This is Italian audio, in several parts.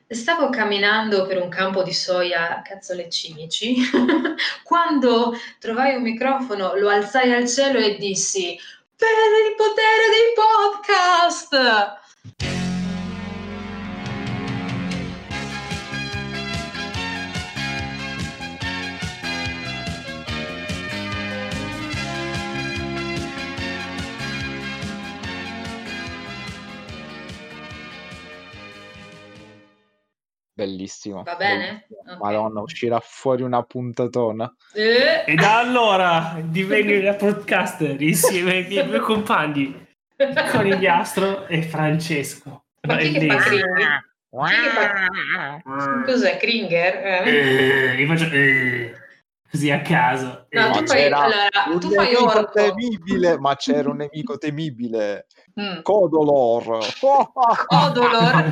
Stavo camminando per un campo di soia, cazzole cinici, quando trovai un microfono, lo alzai al cielo e dissi: per il potere dei podcast! Bellissimo. Va bene? Bellissimo. Ok. Madonna, uscirà fuori una puntatona. E da allora diveni una podcaster insieme ai miei due compagni, Conigliastro e Francesco. Ma chi che fa Kringer? Cos'è Kringer? Io faccio così a caso. No, tu fai, allora, tu fai nemico orco. temibile, ma c'era un nemico temibile. Mm. Codolor. Codolor.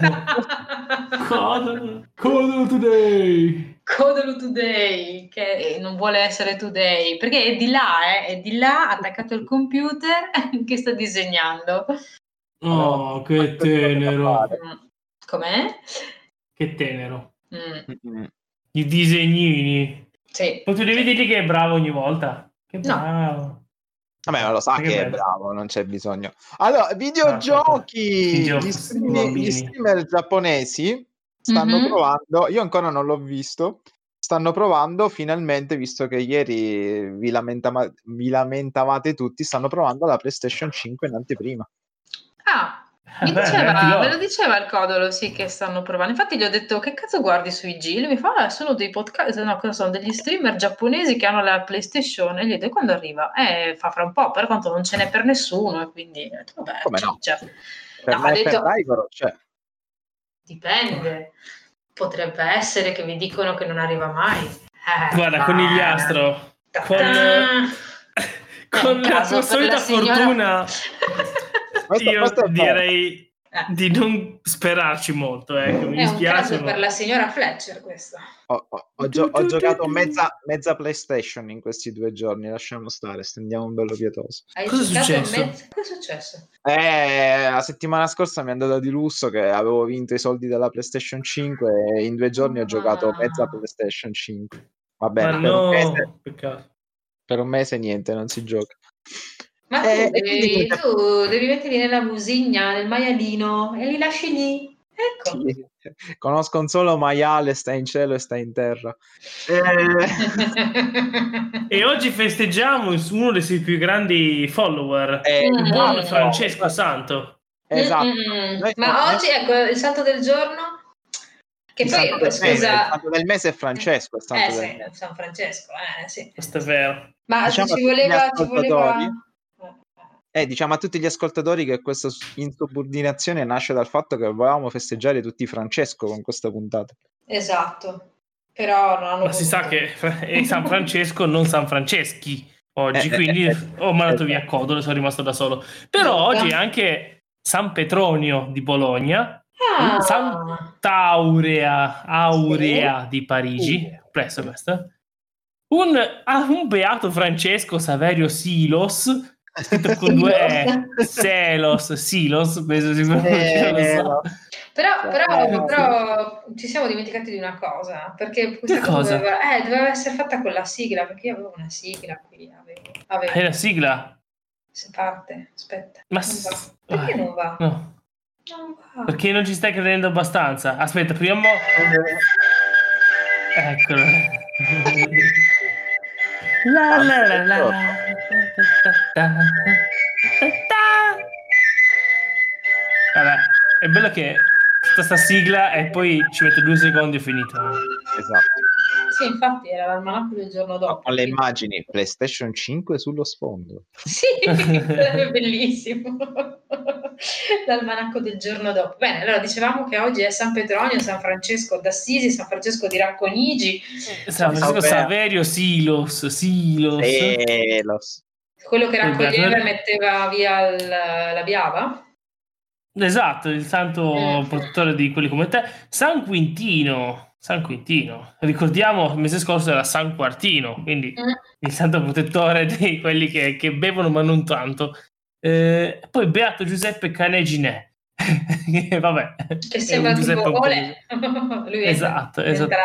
Codolo today. Codolo Today, che non vuole essere Today, perché è di là, attaccato al computer, che sta disegnando. Oh, che tenero. Com'è? Che tenero. Mm. I disegnini. Sì. Potevi dirgli che è bravo ogni volta. Che No. bravo. Vabbè, ma lo sa che è bravo, non c'è bisogno. Allora, videogiochi! Gli streamer giapponesi stanno provando, io ancora non l'ho visto, stanno provando finalmente, visto che ieri vi lamentavate tutti, stanno provando la PlayStation 5 in anteprima. Me lo diceva il Codolo, sì, che stanno provando. Infatti gli ho detto: che cazzo guardi su IG? Lui mi fa: sono dei podcast, no, cosa sono? Degli streamer giapponesi che hanno la PlayStation. E gli ho detto: quando arriva? Fa fra un po', per quanto non ce n'è per nessuno. E quindi ho detto: vabbè, come no? Per me per Raigoro c'è. Dipende. Potrebbe essere che vi dicono che non arriva mai. Guarda, Conigliastro, con la tua solita fortuna, io direi di non sperarci molto. Mi dispiace, un caso per la signora Fletcher questo. Ho giocato mezza PlayStation in questi 2 giorni, lasciamo stare, stendiamo un bello pietoso. Cosa è successo? Cosa è successo? La settimana scorsa mi è andata di lusso che avevo vinto i soldi della PlayStation 5 e in 2 giorni ho giocato mezza PlayStation 5. Va bene, per un mese niente, non si gioca. Ma tu devi metterli nella musigna, nel maialino e li lasci lì. Ecco. Sì, conosco solo maiale, sta in cielo e sta in terra. E oggi festeggiamo uno dei suoi più grandi follower, il buon Francesco Santo. Esatto. Ma oggi, ecco, il santo del giorno? Che il poi, santo scusa... il santo del mese è Francesco. Sì, San Francesco, sì. Questo è vero. Ma diciamo ci voleva... diciamo a tutti gli ascoltatori che questa insubordinazione nasce dal fatto che volevamo festeggiare tutti Francesco con questa puntata. Esatto. Però non hanno Ma si sa che è San Francesco, non San Franceschi oggi, quindi ho mandato via Codolo, sono rimasto da solo. Però oggi è anche San Petronio di Bologna, Sant'Aurea di Parigi, presso questo. Un beato Francesco Saverio Silos, scritto con 2 Silos, penso si pronuncia, Però ci siamo dimenticati di una cosa, perché questa cosa doveva essere fatta con la sigla, perché io avevo una sigla qui. Hai la sigla? Se parte, aspetta. Ma perché non va? No. Non va. Perché non ci stai credendo abbastanza. Aspetta, proviamo. Eccolo. Vabbè, è bello che sta sigla e poi ci metto 2 secondi e finito. Esatto. Sì, infatti era l'almanacco del giorno dopo. Con le immagini PlayStation 5 sullo sfondo. Sì, sarebbe bellissimo. L'almanacco del giorno dopo. Bene, allora dicevamo che oggi è San Petronio, San Francesco d'Assisi, San Francesco di Racconigi, San Francesco Saverio Silos. Quello che raccoglieva e metteva via la biava. Esatto, il santo protettore di quelli come te. San Quintino. Ricordiamo, il mese scorso era San Quartino, quindi il santo protettore di quelli che bevono ma non tanto. Poi Beato Giuseppe Caneginè. Vabbè, che sembra tipo Ole. Lui esatto.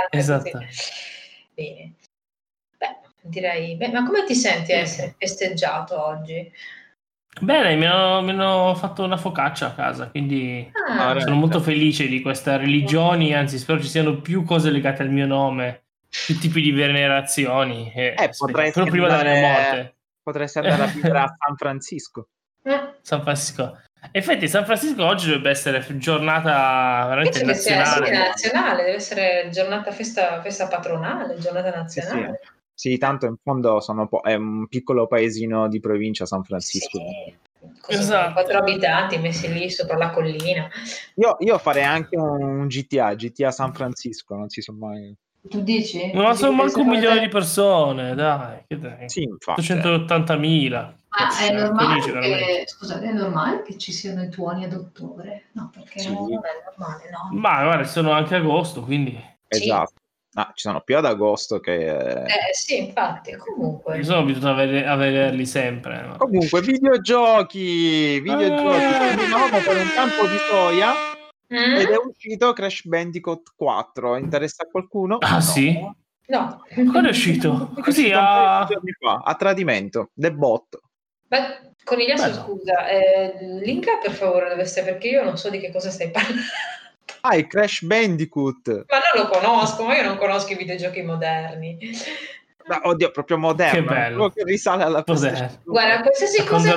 Bene. Beh, direi, ma come ti senti a essere festeggiato oggi? Bene, mi hanno fatto una focaccia a casa, quindi sono molto felice di queste religioni, anzi spero ci siano più cose legate al mio nome, più tipi di venerazioni, però prima della mia morte. Potresti andare a vivere a San Francisco. San Francisco. Infatti San Francisco oggi dovrebbe essere giornata veramente nazionale. Sì, nazionale, deve essere giornata festa patronale, giornata nazionale. Sì, tanto in fondo è un piccolo paesino di provincia San Francisco. Sì, esatto. 4 abitanti messi lì sopra la collina. Io farei anche un GTA San Francisco, non si sa mai. Tu dici? Non sono manco 1 milione di persone, dai. Sì, infatti. 280.000. È normale che ci siano i tuoni ad ottobre? No, perché non è normale, no? Ma guarda, sono anche agosto, quindi... Esatto. Ci sono più ad agosto che... sì, infatti, comunque. Io sono abituato a vederli sempre. No? Comunque, videogiochi! Andiamo per un campo di soia ed è uscito Crash Bandicoot 4. Interessa a qualcuno? Ah, sì? No. Quando è uscito? Così giorni fa, a tradimento, The Bot. Ma Conigliasso, scusa, linka per favore dove stai, perché io non so di che cosa stai parlando. Ah, il Crash Bandicoot. Ma non lo conosco, ma io non conosco i videogiochi moderni. Oddio, proprio moderno. Che bello. Che risale alla Guarda, qualsiasi cosa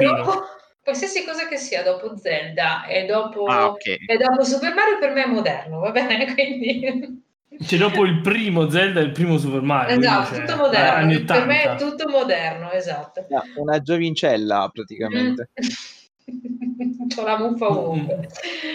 che sia dopo Zelda e dopo Super Mario per me è moderno, va bene? Quindi... Cioè, dopo il primo Zelda e il primo Super Mario. Esatto, tutto moderno. Per me è tutto moderno, esatto. Una giovincella, praticamente. C'ho la muffa ovunque.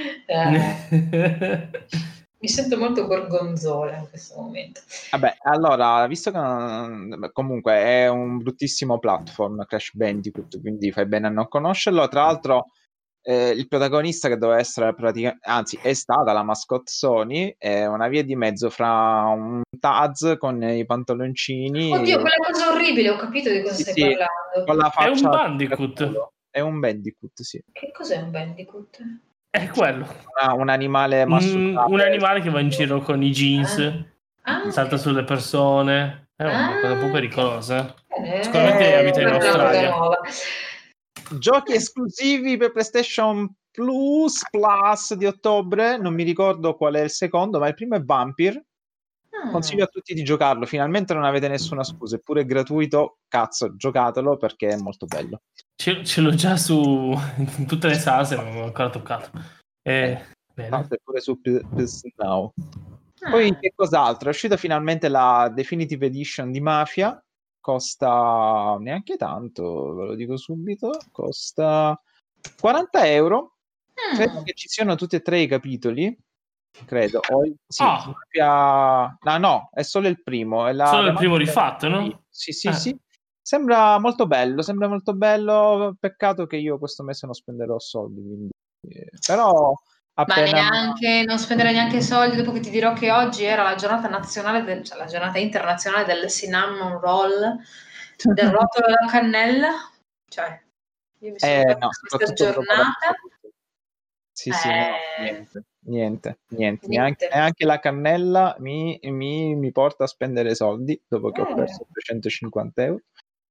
Mi sento molto gorgonzola in questo momento. Vabbè, allora, visto che comunque è un bruttissimo platform Crash Bandicoot, quindi fai bene a non conoscerlo. Tra l'altro, il protagonista che doveva essere anzi è stata la mascotte Sony, è una via di mezzo fra un Taz con i pantaloncini. Oddio, quella cosa orribile, ho capito di cosa stai parlando. Con la faccia è un Bandicoot. È un Bandicoot, sì. Che cos'è un Bandicoot? È quello. Un animale un animale che va in giro con i jeans, salta sulle persone. È una cosa un po' pericolosa. Sicuramente abita in Australia. Giochi esclusivi per PlayStation Plus di ottobre. Non mi ricordo qual è il secondo, ma il primo è Vampire. Consiglio a tutti di giocarlo. Finalmente non avete nessuna scusa, eppure è gratuito. Cazzo, giocatelo perché è molto bello. Ce l'ho già su in tutte le salse, non l'ho ancora toccato. Bene. Pure su PS Now. Poi che cos'altro? È uscita finalmente la Definitive Edition di Mafia. Costa neanche tanto, ve lo dico subito. Costa 40 euro. Credo che ci siano tutti e 3 i capitoli. Credo. Sì, Mafia... no, è solo il primo. È solo il primo rifatto, no? Sì. Sembra molto bello. Peccato che io questo mese non spenderò soldi. Quindi... Però... Ma neanche, non spendere neanche soldi dopo che ti dirò che oggi era la giornata nazionale, la giornata internazionale del cinnamon roll, del rotolo alla cannella. Cioè, io mi sono questa giornata. Sì, no, niente. Neanche la cannella mi porta a spendere soldi dopo che ho perso 350 euro.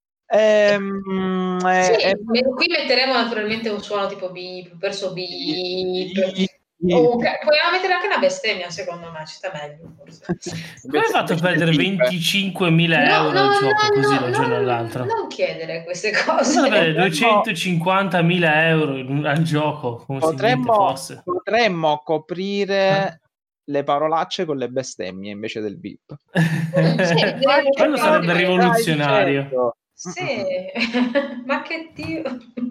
Qui metteremo naturalmente un suono tipo beep, perso beep. Puoi mettere anche una bestemmia, secondo me ci sta meglio forse. Come hai fatto a perdere 25.000 euro al gioco così da un giorno all'altro? Non chiedere queste cose. Come perdere 250.000 euro al gioco come se niente fosse? Potremmo coprire le parolacce con le bestemmie invece del beep. Quello sarebbe rivoluzionario. Sì, ma che Dio.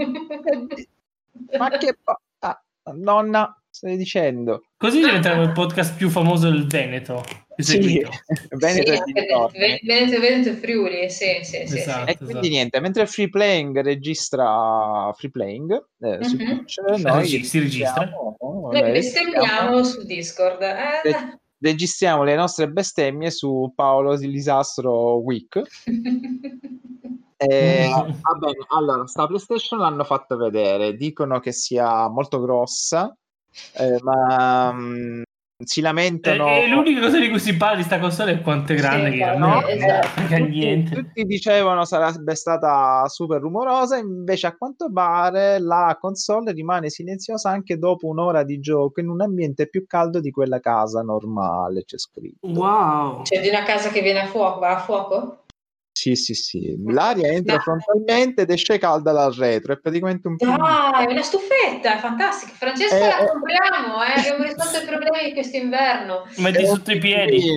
Ma che nonna stai dicendo? Così diventeremo il podcast più famoso del Veneto. Veneto e Friuli, sì. E quindi niente, mentre Free Playing registra Free Playing su Twitch, noi si registra. Noi bestemmiamo su Discord. Registriamo le nostre bestemmie su Paolo di Lisastro Week. Va bene, allora, sta PlayStation l'hanno fatto vedere, dicono che sia molto grossa, ma si lamentano. E l'unica cosa di cui si parla di sta console è quanto è grande, che a me non frega niente. Tutti dicevano sarebbe stata super rumorosa, invece a quanto pare la console rimane silenziosa anche dopo un'ora di gioco in un ambiente più caldo di quella casa normale, c'è scritto. Wow! Cioè di una casa che viene a fuoco, va a fuoco? Sì. L'aria entra frontalmente ed esce calda dal retro, è praticamente un Dai, una stufetta, è fantastica. Francesca, la compriamo, abbiamo risolto i problemi di quest'inverno. Metti sotto i piedi.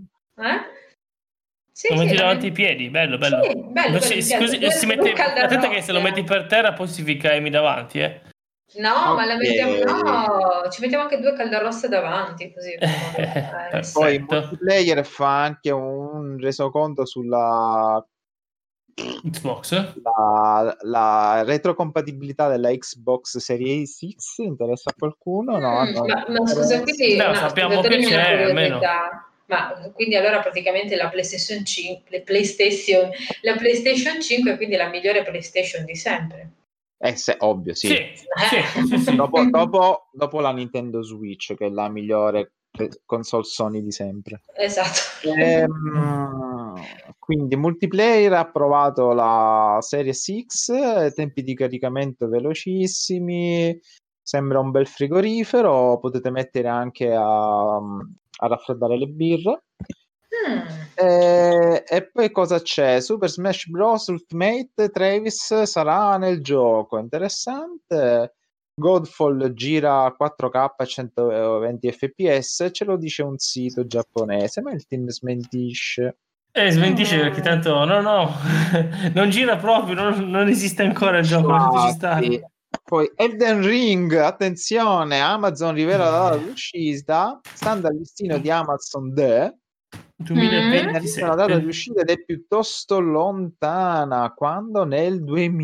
Sì, lo metti davanti ai piedi, bello. Sì, bello, Scusi, si mette, attento che se lo metti per terra poi si fica Amy davanti, No, ma la mettiamo, no, ci mettiamo anche 2 caldarosse davanti, così. Poi il multiplayer fa anche un resoconto sulla Xbox, la retrocompatibilità della Xbox Series X. Interessa a qualcuno? No, ma scusa, quindi sappiamo che c'è almeno. Ma quindi allora praticamente la PlayStation 5, la PlayStation 5 quindi la migliore PlayStation di sempre. Ovvio, sì. Dopo la Nintendo Switch, che è la migliore console Sony di sempre. Esatto. Quindi multiplayer ha provato la Series X, tempi di caricamento velocissimi, sembra un bel frigorifero, potete mettere anche a raffreddare le birre. E poi cosa c'è? Super Smash Bros. Ultimate Travis sarà nel gioco, interessante. Godfall gira a 4K a 120 fps, ce lo dice un sito giapponese, ma il team smentisce. Smentisce perché tanto no, non gira proprio, non esiste ancora il gioco. Poi Elden Ring, attenzione, Amazon rivela la data d'uscita, stando al listino di Amazon 2027. La data di uscita ed è piuttosto lontana, quando nel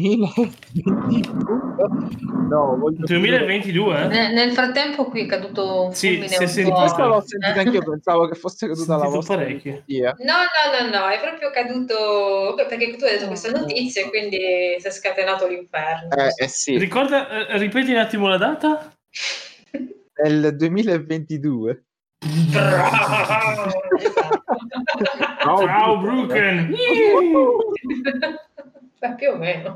2022? Nel frattempo qui è caduto un fulmine un po'. Questo l'ho sentito anch'io, pensavo che fosse caduta la vostra parecchio. No, è proprio caduto perché tu hai detto questa notizia e quindi si è scatenato l'inferno. Sì. Ripeti un attimo la data? Nel 2022. Ciao Brooklyn. Più o meno.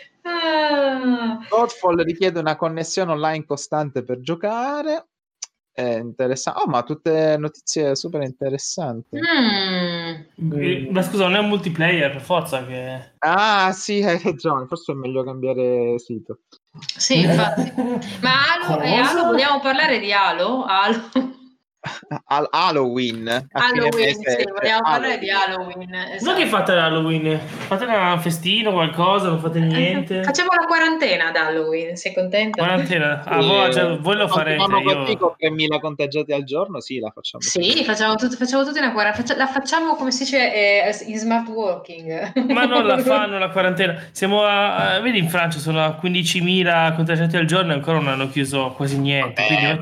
Godfall richiede una connessione online costante per giocare. È interessante. Ma tutte notizie super interessanti. Ma scusa, non è un multiplayer per forza che... Sì, hai ragione, forse è meglio cambiare sito. Sì, infatti. Ma Halo, vogliamo parlare di Halo? Halloween. Sì, vogliamo parlare di Halloween. Esatto. Non che fate l'Halloween? Fate un festino, qualcosa, non fate niente? Facciamo la quarantena ad Halloween, sei contenta? Quarantena? Voi lo farete. Io con 3.000 contagiati al giorno, sì, la facciamo. Sì, facciamo tutti una quarantena. La facciamo come si dice in smart working. Ma non la fanno la quarantena. Siamo vedi, in Francia sono a 15.000 contagiati al giorno e ancora non hanno chiuso quasi niente. Quindi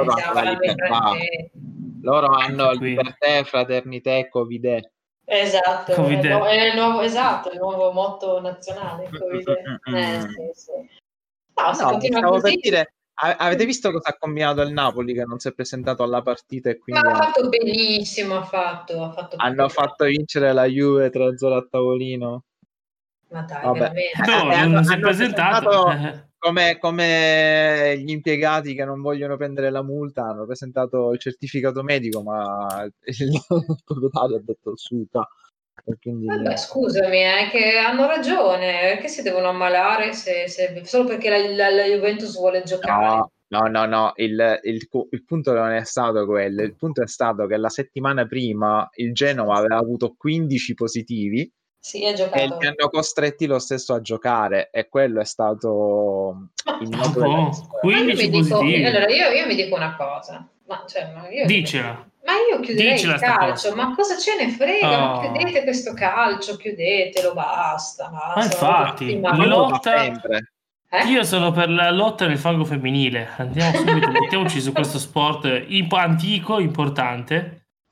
loro hanno libertà, fraternità e Covid. Esatto, è il nuovo motto nazionale. Sì. No, si continua stavo così. Per dire, avete visto cosa ha combinato il Napoli, che non si è presentato alla partita e quindi ma ha fatto benissimo, hanno fatto vincere la Juve 3-0 a tavolino. Ma dai, veramente. Non si è presentato. Come gli impiegati che non vogliono prendere la multa hanno presentato il certificato medico, ma il proprietario ha detto suca. Vabbè, scusami, che hanno ragione, perché si devono ammalare solo perché la Juventus vuole giocare? No, il punto non è stato quello, il punto è stato che la settimana prima il Genova aveva avuto 15 positivi. Sì, ha giocato. E li hanno costretti lo stesso a giocare, e quello è stato il nodo della 15 positivi. Allora io mi dico una cosa, dicela. Ma io chiuderei il calcio, ma cosa ce ne frega? Ma chiudete questo calcio, chiudetelo, basta. Ma infatti, lotta. Io sono per la lotta nel fango femminile. Andiamo subito, mettiamoci su questo sport antico, importante.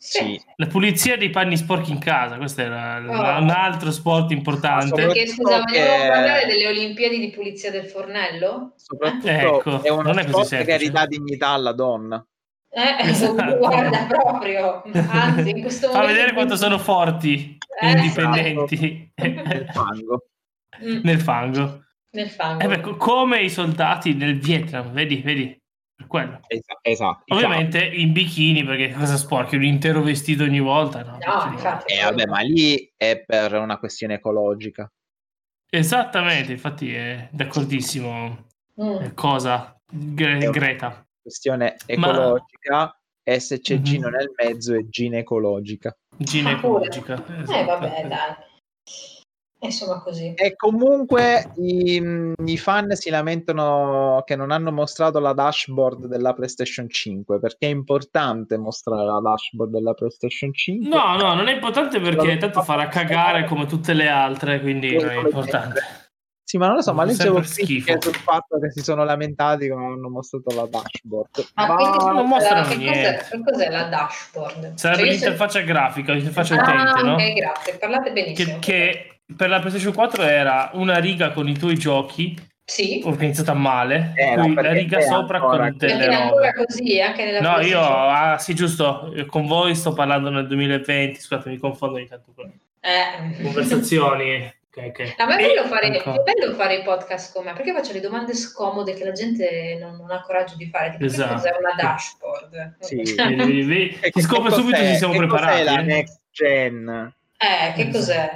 Sì. La pulizia dei panni sporchi in casa, questo era un altro sport importante. Perché scusa, vogliamo parlare delle Olimpiadi di pulizia del fornello? Soprattutto Ecco, è uno non è così sport che semplice. ridà dignità alla donna. Esatto. Guarda proprio, anzi in questo Fa momento vedere quanto sono forti e indipendenti. Nel fango. Nel fango. Nel fango. Come i soldati nel Vietnam, vedi, per quello. Esatto. Ovviamente in bikini, perché cosa sporchi? Un intero vestito ogni volta? No, infatti. Vabbè, ma lì è per una questione ecologica. Esattamente, infatti è d'accordissimo. Cosa? Greta. Questione ecologica, e se c'è Gino nel mezzo è ginecologica. Ginecologica. Esatto. Vabbè, dai. Insomma così. E comunque i fan si lamentano che non hanno mostrato la dashboard della PlayStation 5, perché è importante mostrare la dashboard della PlayStation 5. No, non è importante perché tanto farà cagare come tutte le altre, quindi non è importante. Sì, ma non lo so, ma leggevo critiche sul fatto che si sono lamentati che non hanno mostrato la dashboard. Ma non mostrano niente. Che cos'è la dashboard? Sarebbe l'interfaccia grafica, l'interfaccia utente, no? Ok, grazie, parlate benissimo. Che per la PlayStation 4 era una riga con i tuoi giochi, organizzata male, poi la riga sopra con delle robe. Ancora così, anche nella PlayStation. Sì, giusto, con voi sto parlando nel 2020, scusate, mi confondo ogni tanto con conversazioni. Okay. A me è bello fare i podcast con me, perché faccio le domande scomode che la gente non ha coraggio di fare. Tipo, esatto. Cos'è una dashboard? Sì. Si scopre subito se siamo preparati. Cos'è la next gen? Che cos'è?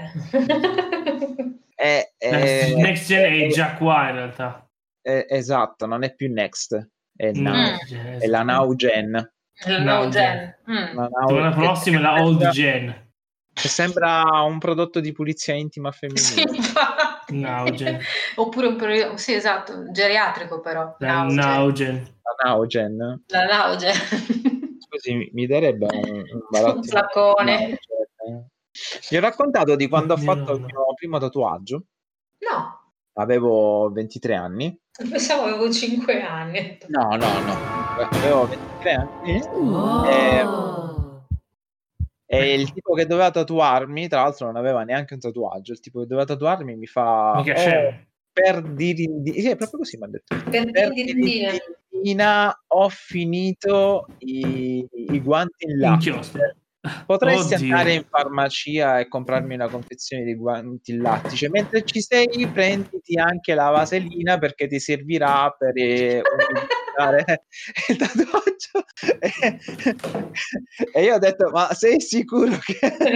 Next gen è già qua in realtà. Esatto, non è più next, è now. È la now gen. La la prossima è la old gen. Che sembra un prodotto di pulizia intima femminile. Naugen. Oppure un periodo, sì, esatto, geriatrico però. La Naugen. La Naugen. Scusi, mi darebbe un flacone. Vi ho raccontato di quando ho fatto il mio primo tatuaggio? No. Avevo 23 anni. Pensavo avevo 5 anni. No. Avevo 23 anni. E il tipo che doveva tatuarmi, tra l'altro non aveva neanche un tatuaggio, il tipo che doveva tatuarmi mi fa per dirindina, sì, è proprio così mi ha detto. Per dirindina ho finito i guanti in lattice. Potresti andare in farmacia e comprarmi una confezione di guanti in lattice. Mentre ci sei, prenditi anche la vaselina perché ti servirà per umidificare il tatuaggio. E io ho detto, ma sei sicuro che...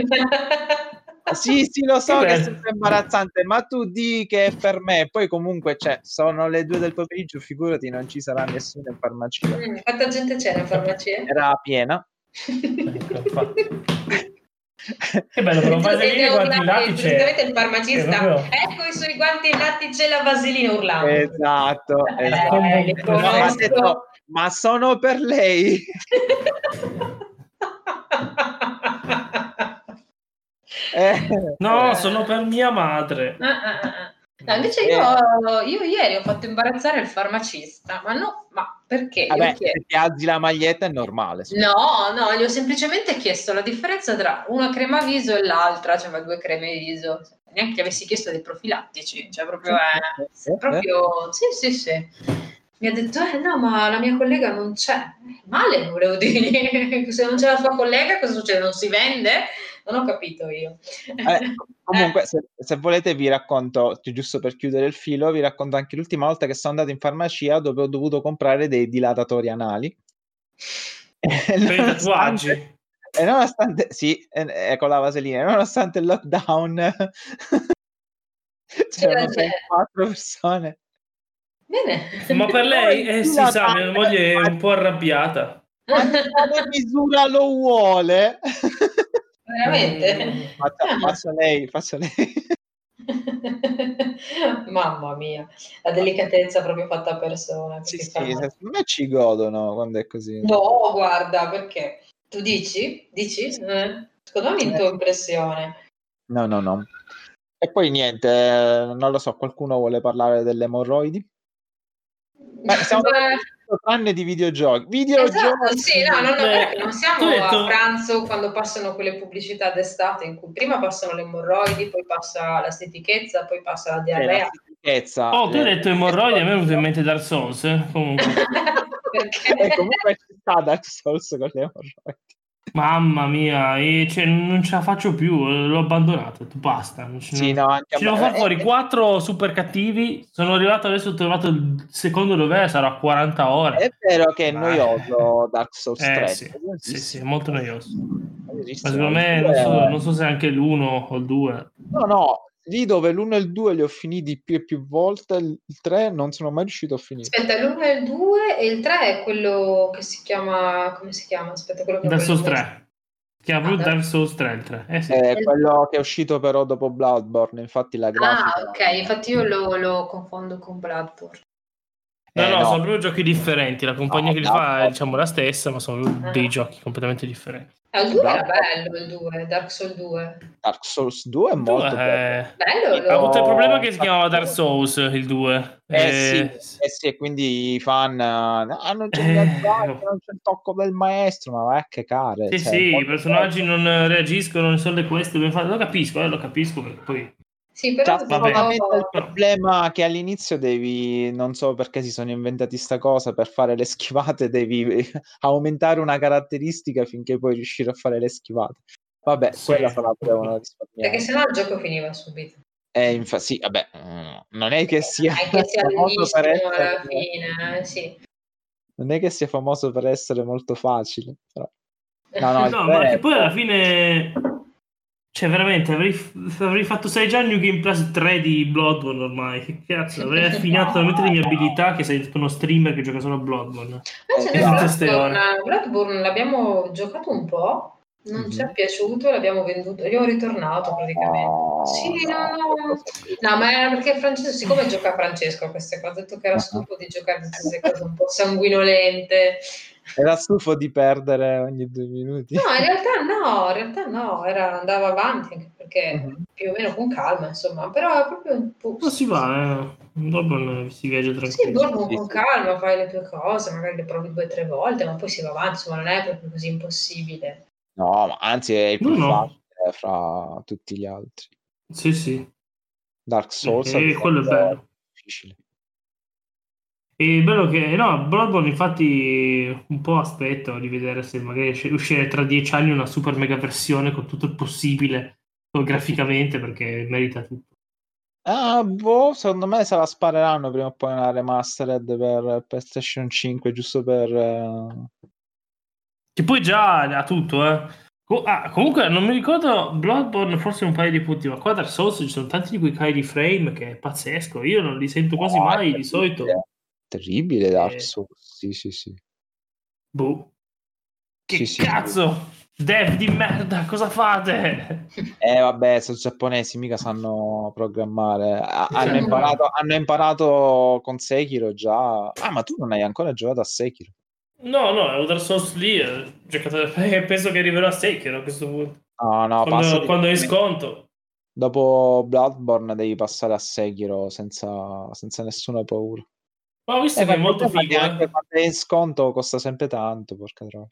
Sì, lo so che è sempre imbarazzante, ma tu di che è per me. Poi comunque sono le 2 del pomeriggio, figurati, non ci sarà nessuno in farmacia. Quanta gente c'era in farmacia? Era piena. Che bello, però vaselina e guanti in lattice. Praticamente il farmacista, ecco i suoi guanti in lattice e la vaselina urlando. Esatto. Ha detto, ma sono per lei. No, sono per mia madre. No, invece io ieri ho fatto imbarazzare il farmacista, ma perché? Vabbè, se ti alzi la maglietta è normale. No, gli ho semplicemente chiesto la differenza tra una crema viso e l'altra, cioè 2 creme viso, neanche gli avessi chiesto dei profilattici, cioè proprio sì. Mi ha detto, no, ma la mia collega non c'è. Male, volevo dire, se non c'è la sua collega cosa succede? Non si vende? Non ho capito io. Comunque, se volete vi racconto, giusto per chiudere il filo, vi racconto anche l'ultima volta che sono andato in farmacia dove ho dovuto comprare dei dilatatori anali. Per i tatuaggi? E nonostante, con la vaselina, nonostante il lockdown, c'erano 4 persone. Bene. Ma per lei, sì, sa, mia moglie è un po' arrabbiata. Ma quale misura lo vuole? Veramente? Faccia lei. Mamma mia, la delicatezza proprio fatta a persona. Sì, secondo me ci godono quando è così. No, guarda, perché? Tu dici? Secondo me è in tua impressione. No. E poi niente, non lo so, qualcuno vuole parlare delle emorroidi? tutto tranne di videogiochi. Esatto, sì, non siamo detto... a pranzo quando passano quelle pubblicità d'estate in cui prima passano le emorroidi, poi passa la stitichezza, poi passa la diarrea. Tu hai detto emorroidi, a me è venuto in mente Dark Souls, comunque. Perché? Comunque ci sta Dark Souls con le emorroidi. Mamma mia, non ce la faccio più, l'ho abbandonato, basta. Sì, no, ci devo far fuori 4 super cattivi, sono arrivato adesso, ho trovato il secondo dov'è, sarà 40 ore. È vero che è noioso Dark Souls 3. Sì, è molto noioso. Ma secondo me, non so se anche l'1 o il 2. No, lì dove l'1 e il 2 li ho finiti più e più volte, il 3 non sono mai riuscito a finire. Aspetta, l'1 e il 2 e il 3 è quello che si chiama... Come si chiama? Aspetta, quello che Dark Souls 3. Si chiama proprio Dark Souls 3 il 3. Sì. È quello che è uscito però dopo Bloodborne, infatti la grafica... ok, infatti io lo confondo con Bloodborne. No, sono proprio giochi differenti. La compagnia che li fa è diciamo la stessa, ma sono dei giochi completamente differenti. Il 2 era bello, il 2, Dark Souls 2. Dark Souls 2 è molto bello. Bello, ha avuto il problema che si chiamava Dark Souls il 2. Sì, e quindi i fan non c'è il tocco del maestro, ma vai a cacare. Sì, i personaggi non reagiscono, non sono le queste. Lo capisco perché poi... Sì, però il problema che all'inizio devi, non so perché si sono inventati sta cosa, per fare le schivate devi aumentare una caratteristica finché puoi riuscire a fare le schivate. Vabbè, quella se la potevano risparmiare. Perché sennò il gioco finiva subito. Sì, vabbè, non è che sia famoso per essere alla fine, sì. Non è che sia famoso per essere molto facile, però. No, ma che poi alla fine, cioè veramente avrei fatto 6 già New Game Plus 3 di Bloodborne ormai. Che cazzo, avrei affinato talmente le mie abilità che sei uno streamer che gioca solo a Bloodborne. Bloodborne l'abbiamo giocato un po'. Non ci è piaciuto, l'abbiamo venduto, io ho ritornato praticamente. Sì, no, ma era perché Francesco, siccome gioca Francesco a queste cose, ha detto che era stufo di giocare tutte queste cose un po' sanguinolente. Era stufo di perdere ogni 2 minuti. No, in realtà no, andava avanti anche perché più o meno con calma, insomma, però è proprio un po'... Non si va, dopo si viaggia tranquillo. Sì, dopo con calma fai le tue cose, magari le provi 2 o 3 volte, ma poi si va avanti, insomma, non è proprio così impossibile. No, ma anzi è il più facile fra tutti gli altri. Sì. Dark Souls quello è bello. Difficile. E bello che Bloodborne infatti un po' aspetto di vedere se magari uscire tra 10 anni una super mega versione con tutto il possibile graficamente, perché merita tutto. Secondo me se la spareranno prima o poi una remastered per PlayStation 5, giusto per... Che poi già ha tutto, comunque non mi ricordo Bloodborne, forse un paio di punti, ma qua Dark Souls ci sono tanti di quei cali di frame che è pazzesco, io non li sento quasi mai di solito. Terribile Dark Souls, sì. Boh. Che cazzo? Dev di merda, cosa fate? Vabbè, sono giapponesi, mica sanno programmare. Hanno imparato con Sekiro già. Ma tu non hai ancora giocato a Sekiro? No, è un Dark Souls lì. Penso che arriverò a Sekiro a questo punto. No, quando è sconto. Dopo Bloodborne devi passare a Sekiro senza nessuna paura. Ma ho visto che è molto figo. Anche quando è in sconto costa sempre tanto, porca troia.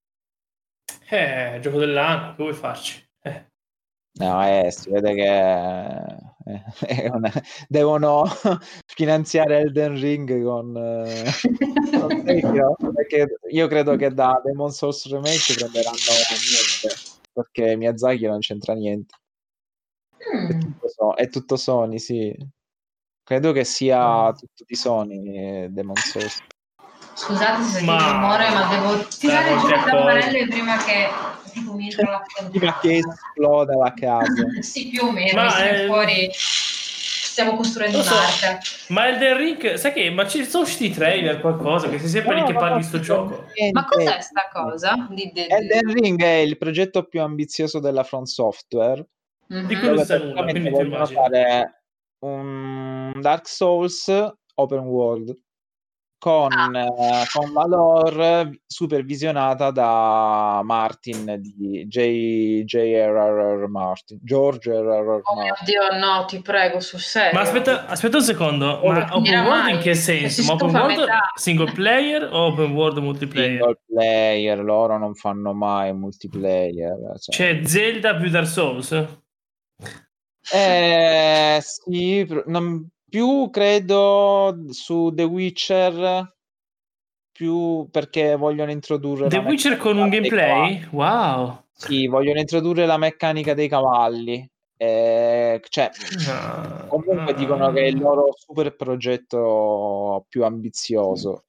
Gioco dell'anno, che vuoi farci? No, si vede che devono finanziare Elden Ring con Sekiro, perché io credo che da Demon's Souls Remake prenderanno niente, perché Miyazaki non c'entra niente. È tutto Sony, sì. Credo che sia tutto di Sony Demon's Souls. Scusate se sentite il rumore, ma devo tirare giù le tapparelle prima che tipo mi entra la prima che esploda la casa. Sì, più o meno, fuori stiamo costruendo un'arca. Ma Elden Ring, sai che? Ma ci sono usciti trailer, qualcosa, che sei sempre lì che parli di sto gioco. Ma cos'è sta cosa? Elden Ring è il progetto più ambizioso della From Software. Di cui non sa nulla, quindi ti immagino. Fare un Dark Souls open world. con la lore supervisionata da Martin di J.R.R. Martin, George R.R. Oh mio Martin. Dio, no, ti prego, sul serio. Ma aspetta un secondo, ma open world in che senso? Ma open world single player o open world multiplayer? Single player, loro non fanno mai multiplayer. C'è Zelda più Dark Souls? Sì, più credo su The Witcher, più perché vogliono introdurre The Witcher con un gameplay? Wow! Sì, vogliono introdurre la meccanica dei cavalli. Comunque dicono che è il loro super progetto più ambizioso.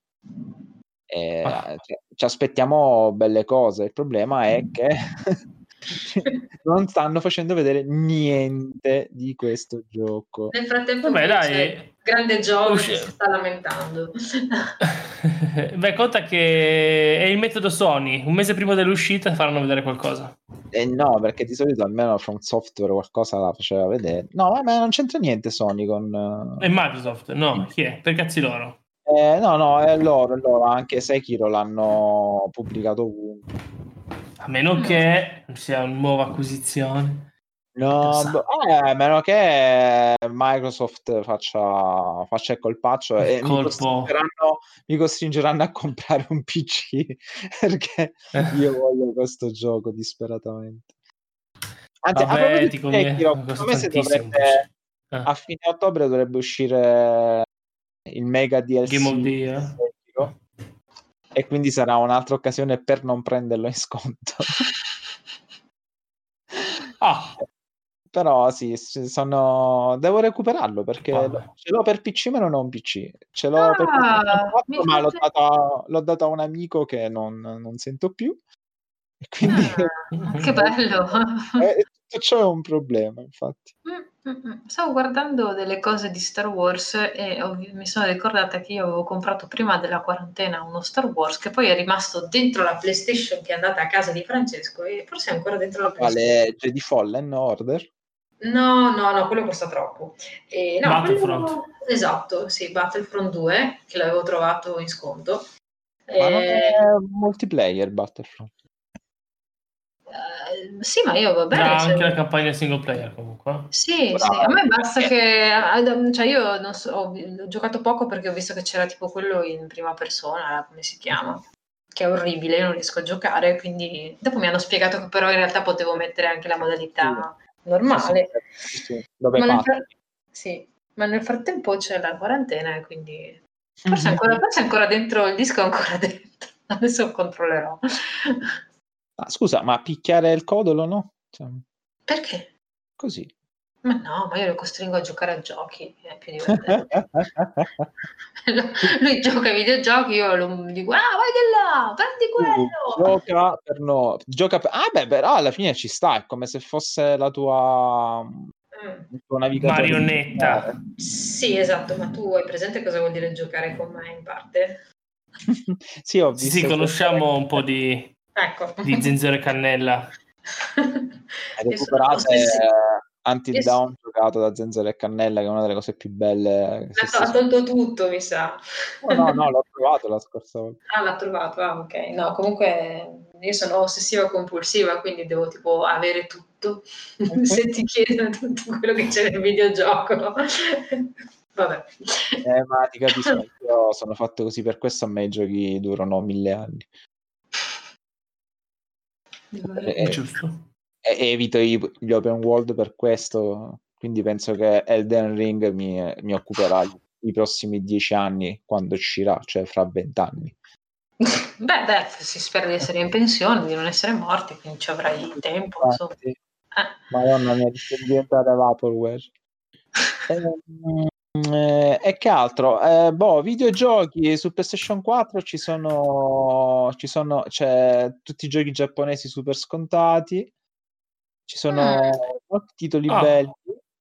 Ci aspettiamo belle cose. Il problema è che non stanno facendo vedere niente di questo gioco. Nel frattempo il grande Giove si sta lamentando. Beh, conta che è il metodo Sony, un mese prima dell'uscita faranno vedere qualcosa. No, perché di solito almeno From Software qualcosa la faceva vedere. No, vabbè, non c'entra niente Sony con... E Microsoft? No, chi è? Per cazzi loro? No, è loro, anche Sekiro l'hanno pubblicato ovunque. A meno che non sia una nuova acquisizione. No, a meno che Microsoft faccia il colpaccio e mi costringeranno a comprare un PC perché io voglio questo gioco disperatamente. Anzi, vabbè, ti conviene, a fine ottobre dovrebbe uscire il mega DLC Game of the Year. E quindi sarà un'altra occasione per non prenderlo in sconto. Però sì, devo recuperarlo perché ce l'ho per PC ma non ho un PC. Ce l'ho per PC, ma l'ho dato a un amico che non sento più. E quindi che bello! Tutto ciò è un problema, infatti. Stavo guardando delle cose di Star Wars e mi sono ricordata che io avevo comprato prima della quarantena uno Star Wars che poi è rimasto dentro la PlayStation che è andata a casa di Francesco e forse è ancora dentro la PlayStation. Quale Jedi Fallen Order? No, quello costa troppo. Battlefront. Esatto, sì, Battlefront 2 che l'avevo trovato in sconto. Ma non è multiplayer Battlefront? Sì, ma io va bene. Anche la campagna single player comunque. Sì, a me basta che... Cioè io non so, ho giocato poco perché ho visto che c'era tipo quello in prima persona, come si chiama? Che è orribile, io non riesco a giocare, quindi dopo mi hanno spiegato che però in realtà potevo mettere anche la modalità normale. Sì. Ma nel frattempo c'è la quarantena e quindi forse è ancora dentro il disco, è ancora dentro. Adesso controllerò. Scusa, ma picchiare il codolo no? Perché? Così. Ma no, ma io lo costringo a giocare a giochi, è più divertente. Lui gioca ai videogiochi, io gli dico, vai di là, prendi quello! Però alla fine ci sta, è come se fosse la tua navigatore marionetta. Sì, esatto, ma tu hai presente cosa vuol dire giocare con me in parte? Sì, ho visto. Sì, conosciamo un po' di zenzero e cannella. Recuperate Until Dawn giocato da Zenzero e Cannella, che è una delle cose più belle. Ha tolto tutto, mi sa. No, l'ho trovato la scorsa volta. L'ha trovato, ok. No, comunque io sono ossessiva compulsiva, quindi devo tipo avere tutto. Se ti chiedono tutto quello che c'è nel videogioco. Vabbè. Ma ti capisco, io sono fatto così, per questo a me i giochi durano 1000 anni. Giusto. Evito gli open world per questo, quindi penso che Elden Ring mi occuperà i prossimi 10 anni quando uscirà, cioè fra 20 anni. Beh, si spera di essere in pensione, di non essere morti, quindi ci avrai tempo. Madonna mia, è diventata Vaporware. E che altro? Videogiochi su PlayStation 4 c'è tutti i giochi giapponesi super scontati, ci sono molti titoli belli,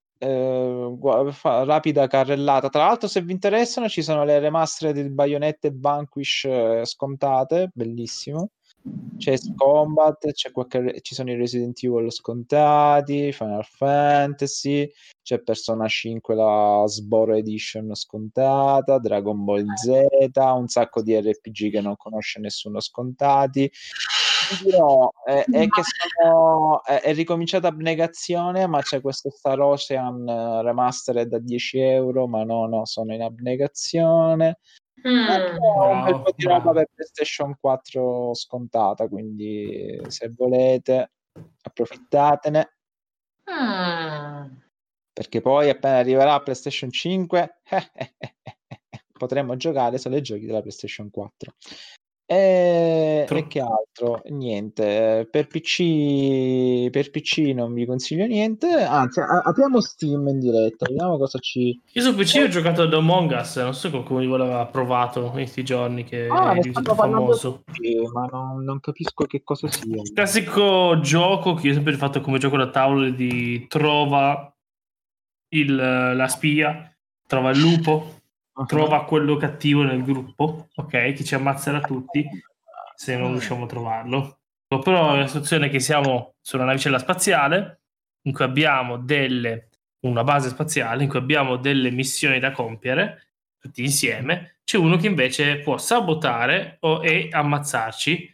rapida carrellata. Tra l'altro, se vi interessano, ci sono le remastered di Bayonetta e Vanquish scontate, bellissimo. c'è Combat, ci sono i Resident Evil scontati, Final Fantasy, c'è Persona 5 la Sboro Edition scontata, Dragon Ball Z, un sacco di RPG che non conosce nessuno scontati. Dirò, è che è ricominciata Abnegazione, ma c'è questo Star Ocean Remastered a 10 euro, ma no, sono in abnegazione. Ho un bel po' di roba per PlayStation 4 scontata, quindi se volete approfittatene. Perché poi appena arriverà PlayStation 5 potremo giocare solo ai giochi della PlayStation 4. E che altro? Niente, per PC non vi consiglio niente, anzi apriamo Steam in diretta, vediamo cosa ci... Io su PC ho giocato ad Among Us, non so qualcuno di voi l'aveva provato in questi giorni che è diventato famoso. Ma non capisco che cosa sia. Il classico gioco che io ho sempre fatto come gioco da tavolo di trova la spia, trova il lupo, trova quello cattivo nel gruppo, ok, che ci ammazzerà tutti se non riusciamo a trovarlo. Però la situazione è che siamo su una navicella spaziale in cui abbiamo una base spaziale in cui abbiamo delle missioni da compiere tutti insieme. C'è uno che invece può sabotare e ammazzarci,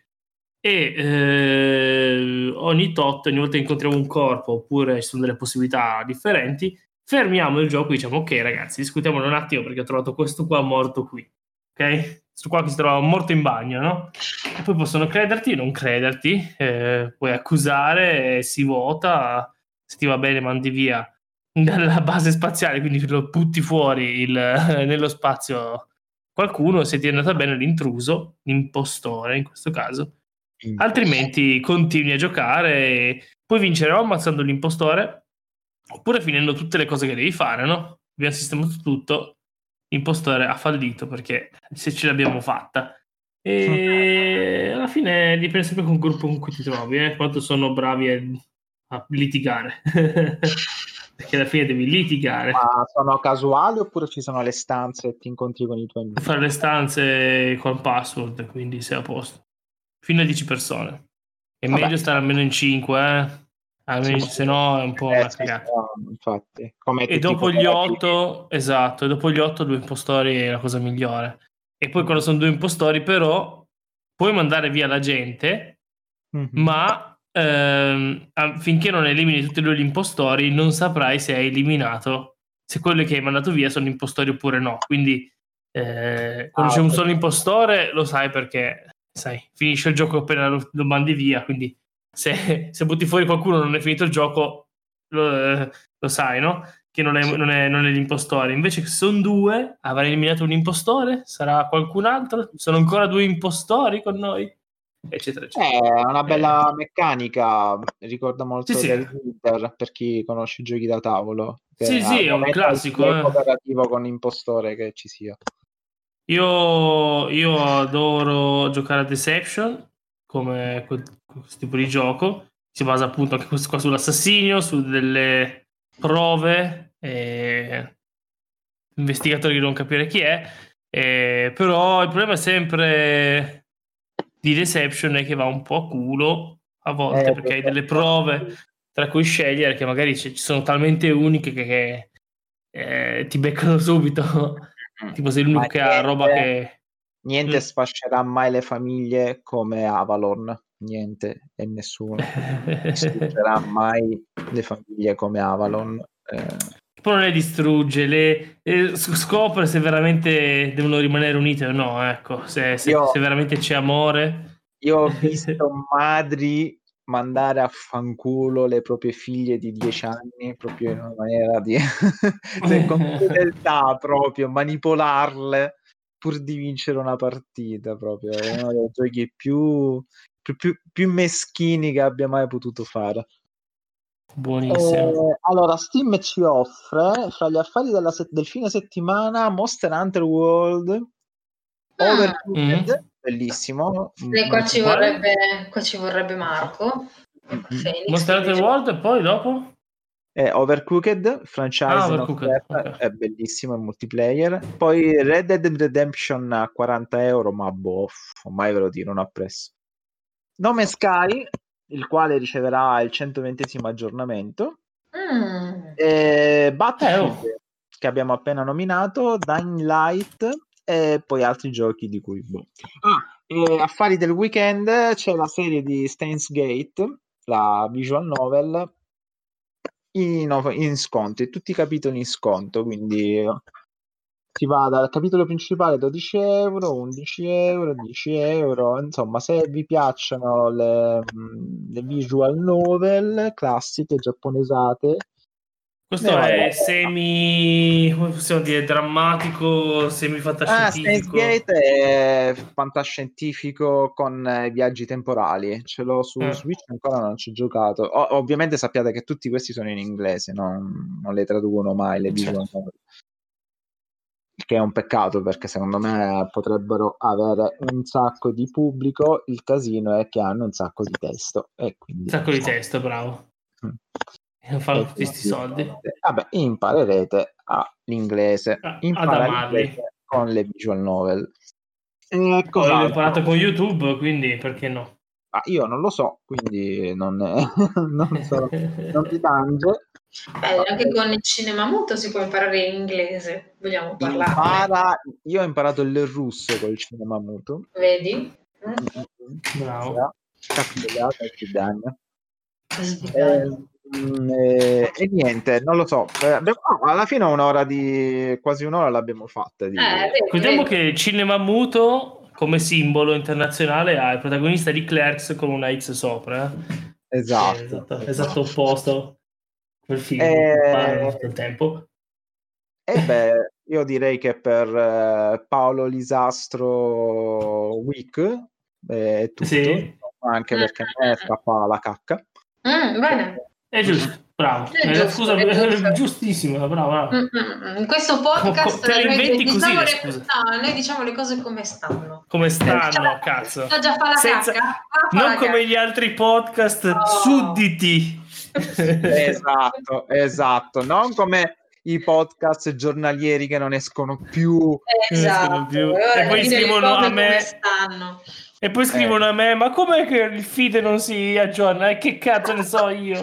e ogni volta che incontriamo un corpo oppure ci sono delle possibilità differenti, fermiamo il gioco e diciamo: ok ragazzi, discutiamolo un attimo perché ho trovato questo qua morto qui, ok? Questo qua che si trova morto in bagno, no? E poi possono crederti o non crederti, puoi accusare, si vota, se ti va bene mandi via dalla base spaziale, quindi lo butti fuori nello spazio qualcuno, se ti è andata bene l'intruso, l'impostore in questo caso, altrimenti continui a giocare e puoi vincere o ammazzando l'impostore oppure finendo tutte le cose che devi fare, no? Abbiamo sistemato tutto, l'impostore ha fallito perché se ce l'abbiamo fatta, e alla fine dipende sempre con il gruppo con cui ti trovi, quanto sono bravi a litigare. Perché alla fine devi litigare. Ma sono casuali oppure ci sono le stanze e ti incontri con i tuoi amici? Fare le stanze con password, quindi sei a posto. Fino a 10 persone. È meglio stare almeno in 5, se no è un po' una cagata. Infatti. E dopo gli 8, esatto, e dopo gli 8 2 impostori è la cosa migliore. E poi quando sono 2 impostori però puoi mandare via la gente, ma finché non elimini tutti e due gli impostori non saprai se hai eliminato, se quelli che hai mandato via sono impostori oppure no. Quindi quando c'è un solo impostore lo sai perché finisce il gioco appena lo mandi via, quindi se butti fuori qualcuno non è finito il gioco, lo sai, no? Che non è l'impostore. Invece che sono 2, avrai eliminato un impostore, sarà qualcun altro, sono ancora 2 impostori con noi, eccetera eccetera. È una bella meccanica, ricorda molto Dead Winter, per chi conosce i giochi da tavolo. Sì, è un classico. È cooperativo con impostore che ci sia. Io adoro giocare a Deception come questo tipo di gioco. Si basa appunto anche questo qua sull'assassinio, su delle prove, investigatori che non capire chi è, però il problema è sempre di Deception è che va un po' a culo a volte, perché hai delle prove tra cui scegliere che magari ci sono talmente uniche che ti beccano subito. Tipo sei l'unico che ha roba che... Niente sfascerà mai le famiglie come Avalon. Niente e nessuno distruggerà mai le famiglie come Avalon. Poi non le distrugge, scopre se veramente devono rimanere unite o no, ecco, se veramente c'è amore. Io ho visto madri mandare a fanculo le proprie figlie di 10 anni proprio in una maniera di con crudeltà, proprio manipolarle pur di vincere una partita, proprio è uno dei giochi più meschini che abbia mai potuto fare. Buonissimo. Allora Steam ci offre fra gli affari del fine settimana Monster Hunter World, Overcooked, bellissimo. Qua ci vorrebbe Marco. Monster Hunter World e poi dopo? Overcooked, franchise okay. È bellissimo, è multiplayer. Poi Red Dead Redemption a 40 euro, ma boh, mai ve lo dire, non appresso. Nome Sky, il quale riceverà il 120° aggiornamento. Battlefield, che abbiamo appena nominato, Dying Light e poi altri giochi di cui affari del weekend, c'è la serie di Steins Gate, la visual novel in sconto, tutti i capitoli in sconto, quindi si va dal capitolo principale 12 euro, 11 euro, 10 euro, insomma, se vi piacciono le visual novel classiche giapponesate. Questo è come possiamo dire, drammatico, semi-fantascientifico. Steins Gate è fantascientifico con viaggi temporali. Ce l'ho su Switch, ancora non ci ho giocato. Ovviamente sappiate che tutti questi sono in inglese, non le traducono mai le visual novel. Che è un peccato, perché secondo me potrebbero avere un sacco di pubblico. Il casino è che hanno un sacco di testo e quindi un sacco di testo, bravo. Non fanno tutti questi soldi. Vabbè, imparerete l'inglese, con le visual novel. L'ho imparato con YouTube, quindi perché no? Io non lo so, quindi non so, non mi tange. Anche con il cinema muto si può imparare in inglese, vogliamo parlare? Io ho imparato il russo col cinema muto. Vedi? Bravo. E niente, non lo so, alla fine quasi un'ora l'abbiamo fatta. Ricordiamo che il cinema muto come simbolo internazionale ha il protagonista di Clerks con una X sopra. Esatto opposto quel film tutto il tempo. Io direi che per Paolo Lisastro Week è tutto, sì. Anche perché a me scappa la cacca. Bene. È giusto, bravo. Scusa, giustissimo, bravo. In questo podcast noi diciamo le cose come stanno. Come stanno, cazzo. Già fa la cacca. Non come gli altri podcast sudditi. Esatto, non come i podcast giornalieri che non escono più. E poi scrivono a me. E poi scrivono a me, ma com'è che il feed non si aggiorna? E che cazzo ne so io?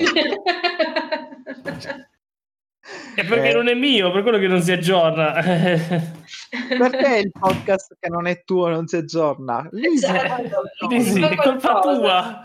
È perché non è mio, per quello che non si aggiorna. Perché il podcast che non è tuo non si aggiorna? È colpa tua.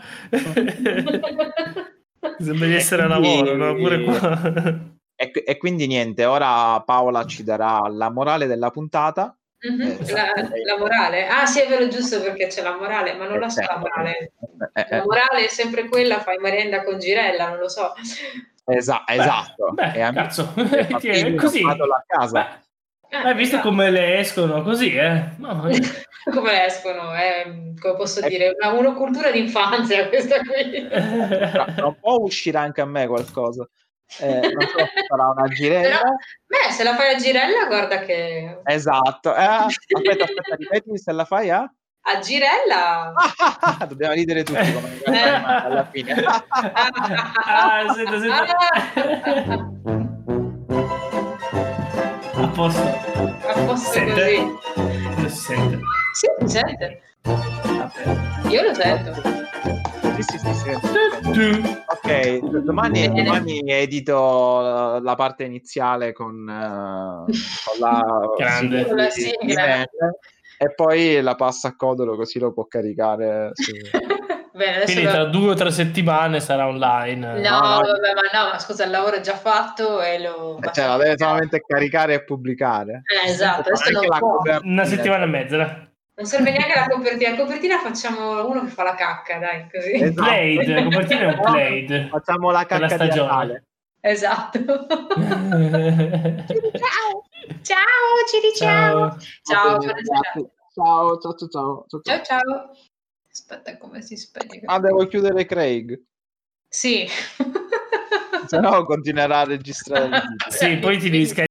Sembra di essere a lavoro, no? Pure qua. E quindi niente, ora Paola ci darà la morale della puntata. La morale? Sì, è vero, giusto, perché c'è la morale, ma non la so la morale. La morale è sempre quella, fai merenda con Girella, non lo so. Esatto. Cazzo, è così. La casa. Hai visto come le escono così, Come le escono, come posso dire, una cultura d'infanzia questa qui. Tra un po' uscirà anche a me qualcosa. Non so se sarà una girella. Però, se la fai a girella, guarda che... Esatto. Aspetta, ripeti, se la fai a girella. Dobbiamo ridere tutti come alla fine. Senta. A posto così. Lo si sente? Sì, si sente. Io lo sento. Sì. Ok, domani edito la parte iniziale con la sigla e poi la passo a Codolo, così lo può caricare Bene, quindi tra 2 o 3 settimane sarà online. No, ma scusa, il lavoro è già fatto e lo la deve solamente caricare e pubblicare. Esatto, adesso una settimana e mezza. Non serve neanche la copertina. La copertina facciamo uno che fa la cacca, dai, così. Esatto. Blade, la copertina è un Blade. Facciamo la cacca di Natale. Esatto. Ciao, Ciri, ciao. Ciao. Aspetta, come si spegne? Devo chiudere Craig. Sì. Se no continuerà a registrare. Sì, poi ti devi